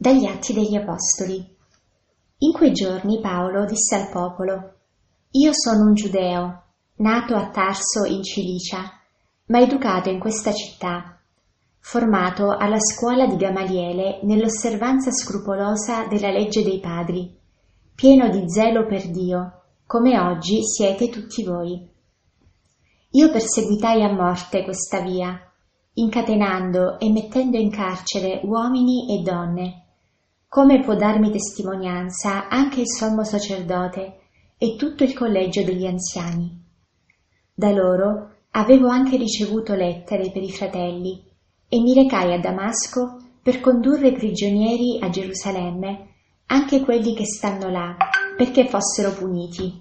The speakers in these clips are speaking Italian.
Dagli Atti degli Apostoli. In quei giorni Paolo disse al popolo: «Io sono un giudeo, nato a Tarso in Cilicia, ma educato in questa città, formato alla scuola di Gamaliele nell'osservanza scrupolosa della legge dei padri, pieno di zelo per Dio, come oggi siete tutti voi. Io perseguitai a morte questa via, incatenando e mettendo in carcere uomini e donne, come può darmi testimonianza anche il sommo sacerdote e tutto il collegio degli anziani. Da loro avevo anche ricevuto lettere per i fratelli e mi recai a Damasco per condurre prigionieri a Gerusalemme, anche quelli che stanno là, perché fossero puniti.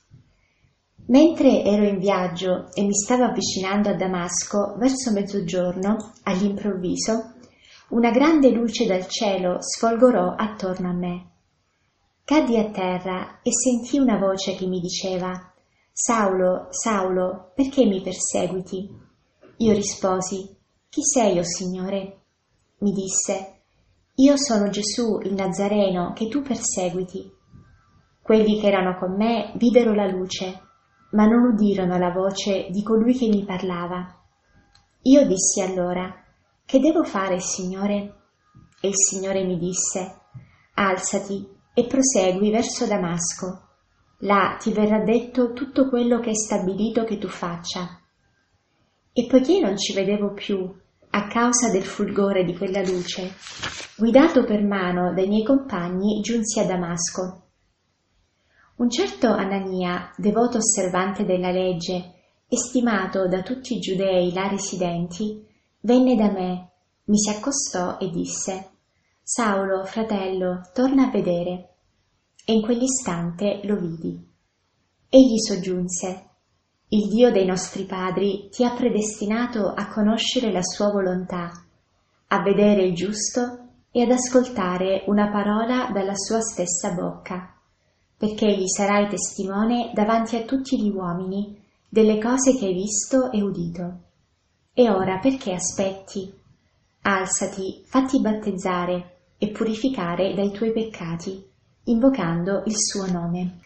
Mentre ero in viaggio e mi stavo avvicinando a Damasco, verso mezzogiorno, all'improvviso, una grande luce dal cielo sfolgorò attorno a me. Caddi a terra e sentii una voce che mi diceva: «Saulo, Saulo, perché mi perseguiti?» Io risposi: «Chi sei, o Signore?» Mi disse: «Io sono Gesù, il Nazareno, che tu perseguiti». Quelli che erano con me videro la luce, ma non udirono la voce di colui che mi parlava. Io dissi allora: «Che devo fare, Signore?» E il Signore mi disse: «Alzati e prosegui verso Damasco. Là ti verrà detto tutto quello che è stabilito che tu faccia». E poiché non ci vedevo più a causa del fulgore di quella luce, guidato per mano dai miei compagni, giunsi a Damasco. Un certo Anania, devoto osservante della legge e stimato da tutti i giudei là residenti, venne da me, mi si accostò e disse: «Saulo, fratello, torna a vedere». E in quell'istante lo vidi. Egli soggiunse: «Il Dio dei nostri padri ti ha predestinato a conoscere la sua volontà, a vedere il giusto e ad ascoltare una parola dalla sua stessa bocca, perché gli sarai testimone davanti a tutti gli uomini delle cose che hai visto e udito. E ora perché aspetti? Alzati, fatti battezzare e purificare dai tuoi peccati, invocando il suo nome».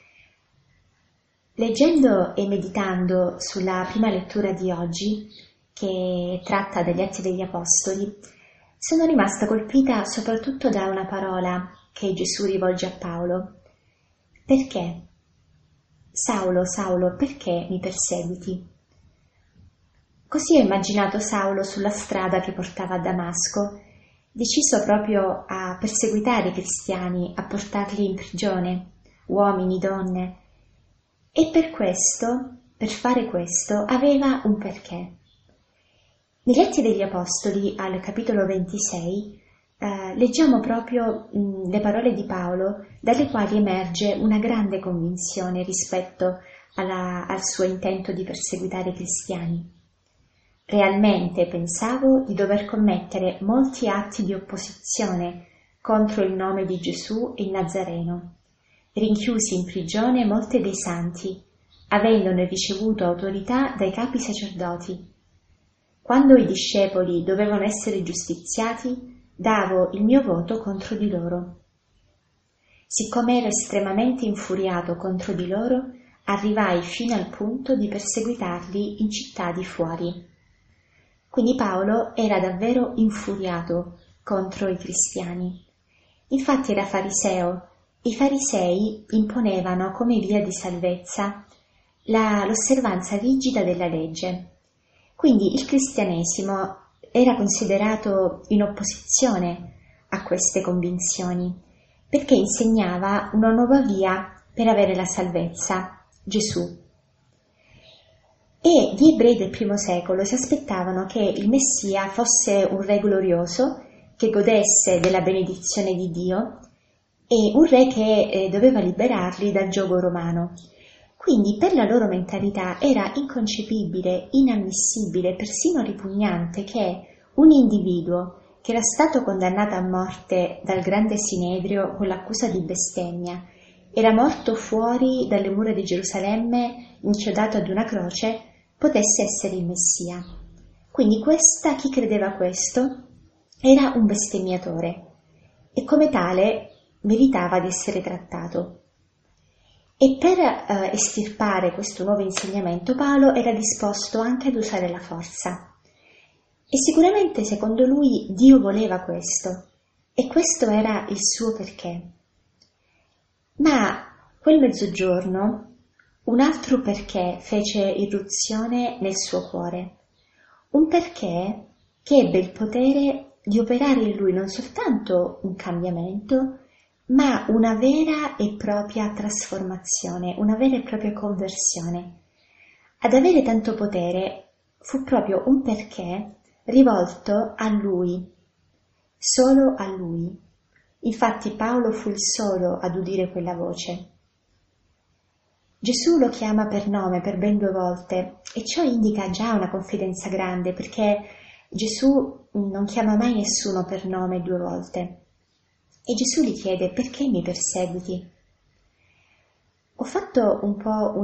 Leggendo e meditando sulla prima lettura di oggi, che tratta dagli Atti degli Apostoli, sono rimasta colpita soprattutto da una parola che Gesù rivolge a Paolo. Perché? Saulo, Saulo, perché mi perseguiti? Così ho immaginato Saulo sulla strada che portava a Damasco, deciso proprio a perseguitare i cristiani, a portarli in prigione, uomini, donne. E per fare questo, aveva un perché. Negli Atti degli Apostoli, al capitolo 26, leggiamo proprio le parole di Paolo, dalle quali emerge una grande convinzione rispetto al suo intento di perseguitare i cristiani. «Realmente pensavo di dover commettere molti atti di opposizione contro il nome di Gesù il Nazareno, rinchiusi in prigione molte dei santi, avendone ricevuto autorità dai capi sacerdoti. Quando i discepoli dovevano essere giustiziati, davo il mio voto contro di loro. Siccome ero estremamente infuriato contro di loro, arrivai fino al punto di perseguitarli in città di fuori». Quindi Paolo era davvero infuriato contro i cristiani. Infatti era fariseo. I farisei imponevano come via di salvezza l'osservanza rigida della legge. Quindi il cristianesimo era considerato in opposizione a queste convinzioni, perché insegnava una nuova via per avere la salvezza, Gesù. E gli ebrei del primo secolo si aspettavano che il Messia fosse un re glorioso, che godesse della benedizione di Dio, e un re che doveva liberarli dal giogo romano. Quindi per la loro mentalità era inconcepibile, inammissibile, persino ripugnante che un individuo che era stato condannato a morte dal grande Sinedrio con l'accusa di bestemmia, era morto fuori dalle mura di Gerusalemme, inchiodato ad una croce, potesse essere il Messia. Quindi chi credeva questo era un bestemmiatore. e come tale meritava di essere trattato. E per estirpare questo nuovo insegnamento Paolo era disposto anche ad usare la forza. E sicuramente secondo lui Dio voleva questo, e questo era il suo perché. Ma quel mezzogiorno un altro perché fece irruzione nel suo cuore, un perché che ebbe il potere di operare in lui non soltanto un cambiamento, ma una vera e propria trasformazione, una vera e propria conversione. Ad avere tanto potere fu proprio un perché rivolto a lui, solo a lui. Infatti Paolo fu il solo ad udire quella voce. Gesù lo chiama per nome per ben 2 volte e ciò indica già una confidenza grande, perché Gesù non chiama mai nessuno per nome 2 volte. E Gesù gli chiede: perché mi perseguiti? Ho fatto un po'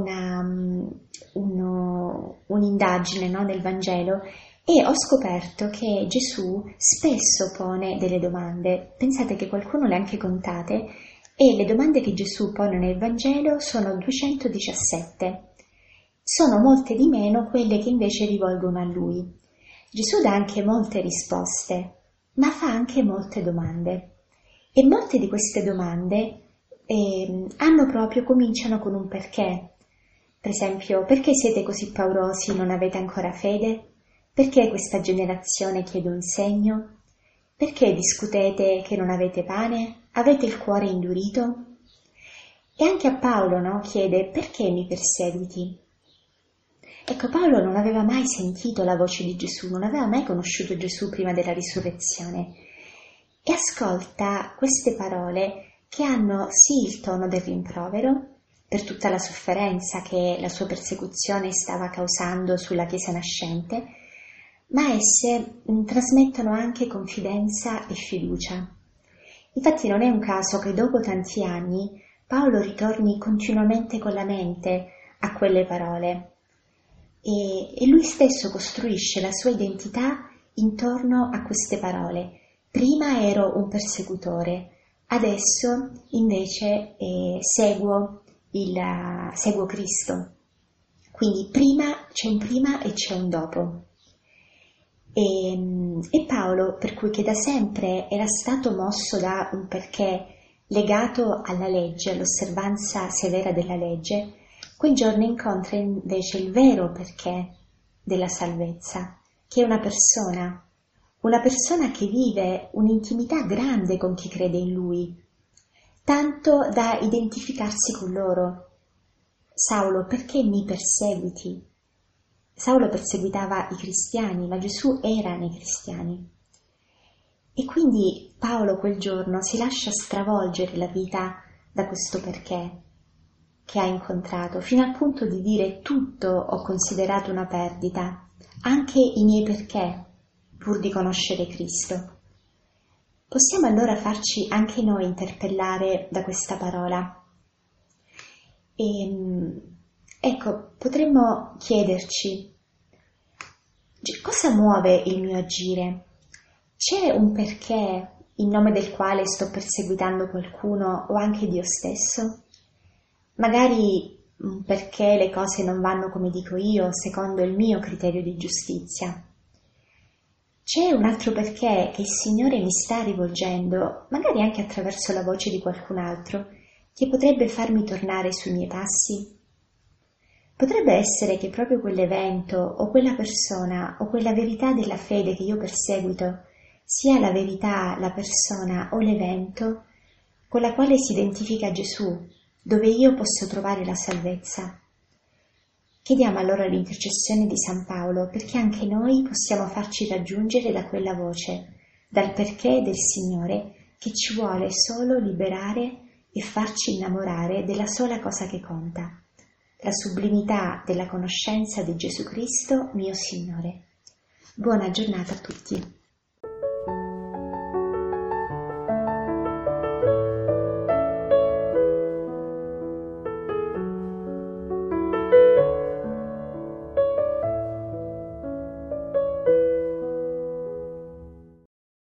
un'indagine, no, nel Vangelo, e ho scoperto che Gesù spesso pone delle domande. Pensate che qualcuno le ha anche contate, e le domande che Gesù pone nel Vangelo sono 217. Sono molte di meno quelle che invece rivolgono a lui. Gesù dà anche molte risposte, ma fa anche molte domande. E molte di queste domande cominciano con un perché. Per esempio, perché siete così paurosi, non avete ancora fede? Perché questa generazione chiede un segno? Perché discutete che non avete pane? Avete il cuore indurito? E anche a Paolo, no, chiede: perché mi perseguiti? Ecco, Paolo non aveva mai sentito la voce di Gesù, non aveva mai conosciuto Gesù prima della risurrezione. E ascolta queste parole che hanno sì il tono del rimprovero per tutta la sofferenza che la sua persecuzione stava causando sulla Chiesa nascente, ma esse trasmettono anche confidenza e fiducia. Infatti non è un caso che dopo tanti anni Paolo ritorni continuamente con la mente a quelle parole e lui stesso costruisce la sua identità intorno a queste parole. Prima ero un persecutore, adesso invece seguo Cristo. Quindi c'è un prima e c'è un dopo. E Paolo, per cui che da sempre era stato mosso da un perché legato alla legge, all'osservanza severa della legge, quel giorno incontra invece il vero perché della salvezza, che è una persona che vive un'intimità grande con chi crede in lui, tanto da identificarsi con loro. Saulo, perché mi perseguiti? Saulo perseguitava i cristiani, ma Gesù era nei cristiani. E quindi Paolo quel giorno si lascia stravolgere la vita da questo perché che ha incontrato, fino al punto di dire: tutto ho considerato una perdita, anche i miei perché, pur di conoscere Cristo. Possiamo allora farci anche noi interpellare da questa parola. Ecco, potremmo chiederci: cosa muove il mio agire? C'è un perché in nome del quale sto perseguitando qualcuno o anche Dio stesso? Magari perché le cose non vanno come dico io, secondo il mio criterio di giustizia. C'è un altro perché che il Signore mi sta rivolgendo, magari anche attraverso la voce di qualcun altro, che potrebbe farmi tornare sui miei passi? Potrebbe essere che proprio quell'evento o quella persona o quella verità della fede che io perseguito sia la verità, la persona o l'evento con la quale si identifica Gesù, dove io posso trovare la salvezza. Chiediamo allora l'intercessione di San Paolo perché anche noi possiamo farci raggiungere da quella voce, dal perché del Signore che ci vuole solo liberare e farci innamorare della sola cosa che conta, la sublimità della conoscenza di Gesù Cristo, mio Signore. Buona giornata a tutti.